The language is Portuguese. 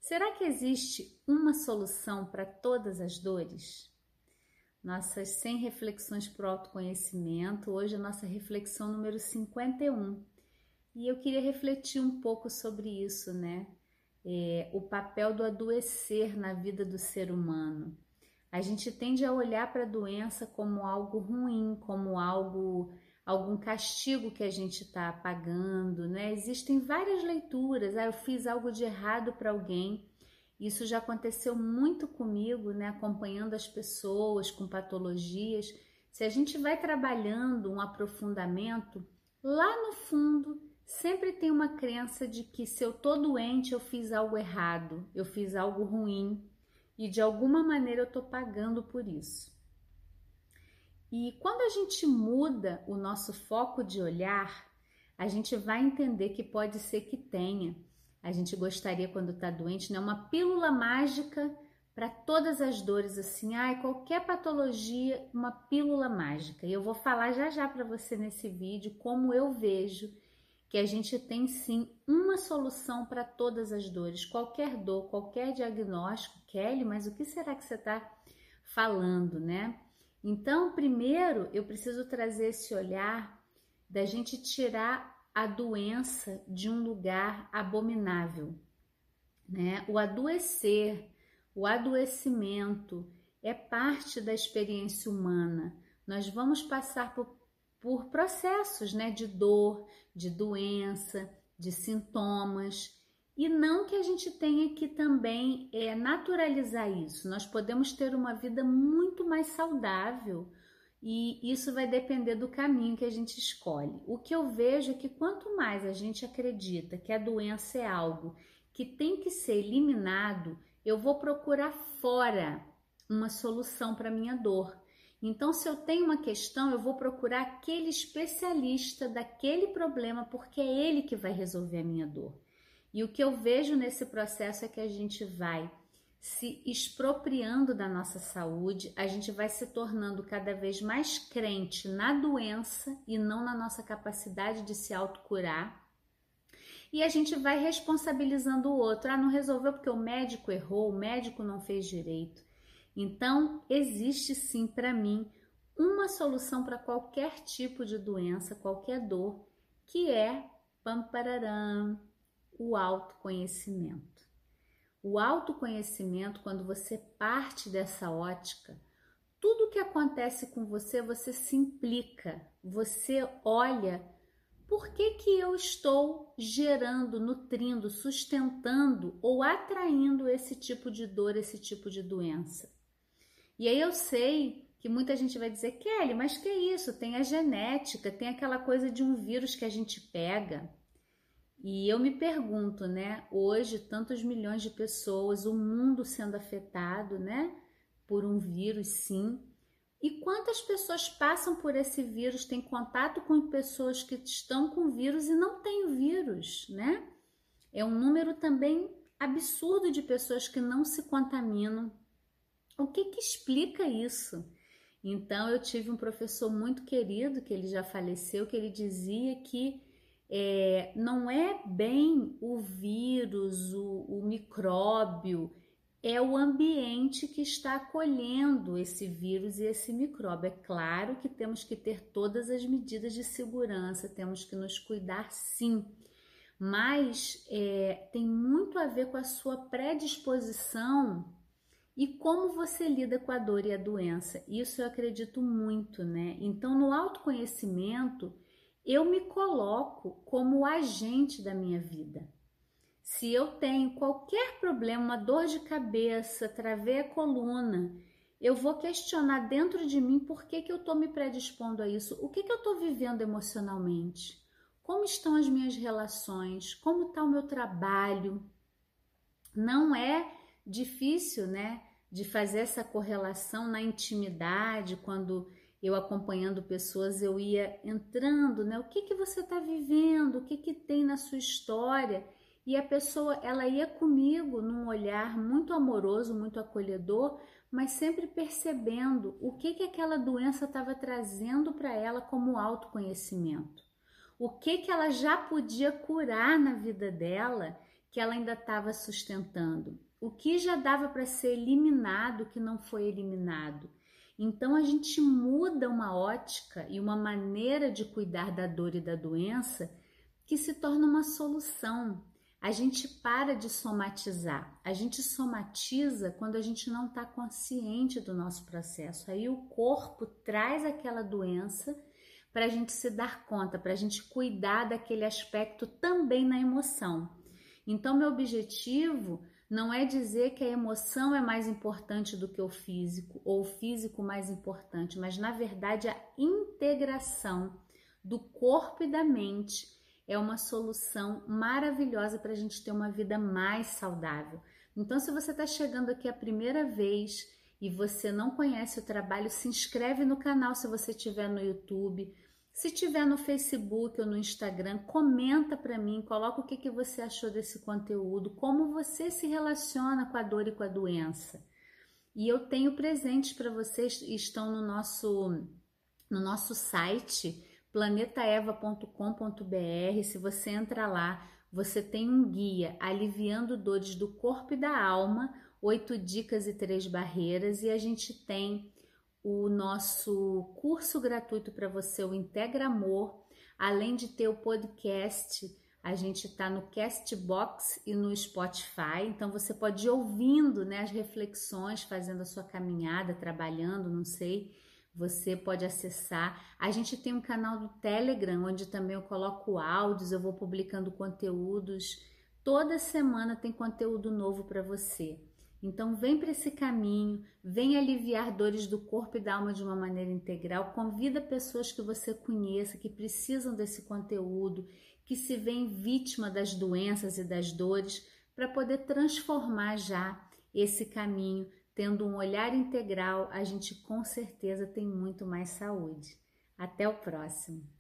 Será que existe uma solução para todas as dores? Nossas 100 reflexões para o autoconhecimento. Hoje a nossa reflexão número 51. E eu queria refletir um pouco sobre isso, né? O papel do adoecer na vida do ser humano. A gente tende a olhar para a doença como algo ruim, como algum castigo que a gente está pagando, né? Existem várias leituras. Eu fiz algo de errado para alguém. Isso já aconteceu muito comigo, né? Acompanhando as pessoas com patologias. Se a gente vai trabalhando um aprofundamento, lá no fundo sempre tem uma crença de que se eu tô doente eu fiz algo errado, eu fiz algo ruim e de alguma maneira eu tô pagando por isso. E quando a gente muda o nosso foco de olhar, a gente vai entender que pode ser que tenha. A gente gostaria, quando está doente, né, uma pílula mágica para todas as dores, assim, qualquer patologia, uma pílula mágica. E eu vou falar já para você nesse vídeo como eu vejo que a gente tem sim uma solução para todas as dores, qualquer dor, qualquer diagnóstico. Kelly, mas o que será que você está falando, né? Então, primeiro, eu preciso trazer esse olhar da gente tirar a doença de um lugar abominável, né? O adoecer, o adoecimento é parte da experiência humana. Nós vamos passar por processos, né, de dor, de doença, de sintomas, e não que a gente tenha que também naturalizar isso. Nós podemos ter uma vida muito mais saudável e isso vai depender do caminho que a gente escolhe. O que eu vejo é que quanto mais a gente acredita que a doença é algo que tem que ser eliminado, eu vou procurar fora uma solução para minha dor. Então, se eu tenho uma questão, eu vou procurar aquele especialista daquele problema, porque é ele que vai resolver a minha dor. E o que eu vejo nesse processo é que a gente vai se expropriando da nossa saúde, a gente vai se tornando cada vez mais crente na doença e não na nossa capacidade de se autocurar. E a gente vai responsabilizando o outro. Não resolveu porque o médico errou, o médico não fez direito. Então, existe sim para mim uma solução para qualquer tipo de doença, qualquer dor, que é pampararam, o autoconhecimento. O autoconhecimento, quando você parte dessa ótica, tudo que acontece com você, você se implica, você olha por que eu estou gerando, nutrindo, sustentando ou atraindo esse tipo de dor, esse tipo de doença. E aí eu sei que muita gente vai dizer, Kelly, mas que é isso? Tem a genética, tem aquela coisa de um vírus que a gente pega. E eu me pergunto, né, hoje tantos milhões de pessoas, o mundo sendo afetado, né, por um vírus, sim. E quantas pessoas passam por esse vírus, têm contato com pessoas que estão com vírus e não têm o vírus, né? É um número também absurdo de pessoas que não se contaminam. O que explica isso? Então, eu tive um professor muito querido, que ele já faleceu, que ele dizia que não é bem o vírus, o micróbio, é o ambiente que está acolhendo esse vírus e esse micróbio. É claro que temos que ter todas as medidas de segurança, temos que nos cuidar sim, mas tem muito a ver com a sua predisposição e como você lida com a dor e a doença. Isso eu acredito muito, né? Então, no autoconhecimento, eu me coloco como agente da minha vida. Se eu tenho qualquer problema, uma dor de cabeça, travei a coluna, eu vou questionar dentro de mim por que eu estou me predispondo a isso, o que eu estou vivendo emocionalmente, como estão as minhas relações, como está o meu trabalho. Não é difícil, né, de fazer essa correlação na intimidade, quando eu acompanhando pessoas, eu ia entrando, né, o que você está vivendo, o que tem na sua história. E a pessoa, ela ia comigo num olhar muito amoroso, muito acolhedor, mas sempre percebendo o que aquela doença estava trazendo para ela como autoconhecimento. O que ela já podia curar na vida dela, que ela ainda estava sustentando? O que já dava para ser eliminado que não foi eliminado? Então a gente muda uma ótica e uma maneira de cuidar da dor e da doença que se torna uma solução. A gente para de somatizar. A gente somatiza quando a gente não está consciente do nosso processo. Aí o corpo traz aquela doença para a gente se dar conta, para a gente cuidar daquele aspecto também na emoção. Então, meu objetivo não é dizer que a emoção é mais importante do que o físico, ou o físico mais importante, mas na verdade a integração do corpo e da mente é uma solução maravilhosa para a gente ter uma vida mais saudável. Então, se você está chegando aqui a primeira vez e você não conhece o trabalho, se inscreve no canal se você estiver no YouTube. Se estiver no Facebook ou no Instagram, comenta para mim, coloca o que você achou desse conteúdo, como você se relaciona com a dor e com a doença. E eu tenho presentes para vocês, estão no nosso site, planetaeva.com.br. Se você entrar lá, você tem um guia aliviando dores do corpo e da alma, 8 dicas e 3 barreiras, e a gente tem o nosso curso gratuito para você, o Integra Amor, além de ter o podcast. A gente está no Castbox e no Spotify, então você pode ir ouvindo, né, as reflexões, fazendo a sua caminhada, trabalhando, não sei, você pode acessar. A gente tem um canal do Telegram, onde também eu coloco áudios, eu vou publicando conteúdos. Toda semana tem conteúdo novo para você. Então vem para esse caminho, vem aliviar dores do corpo e da alma de uma maneira integral. Convida pessoas que você conheça, que precisam desse conteúdo, que se veem vítima das doenças e das dores, para poder transformar já esse caminho. Tendo um olhar integral, a gente com certeza tem muito mais saúde. Até o próximo!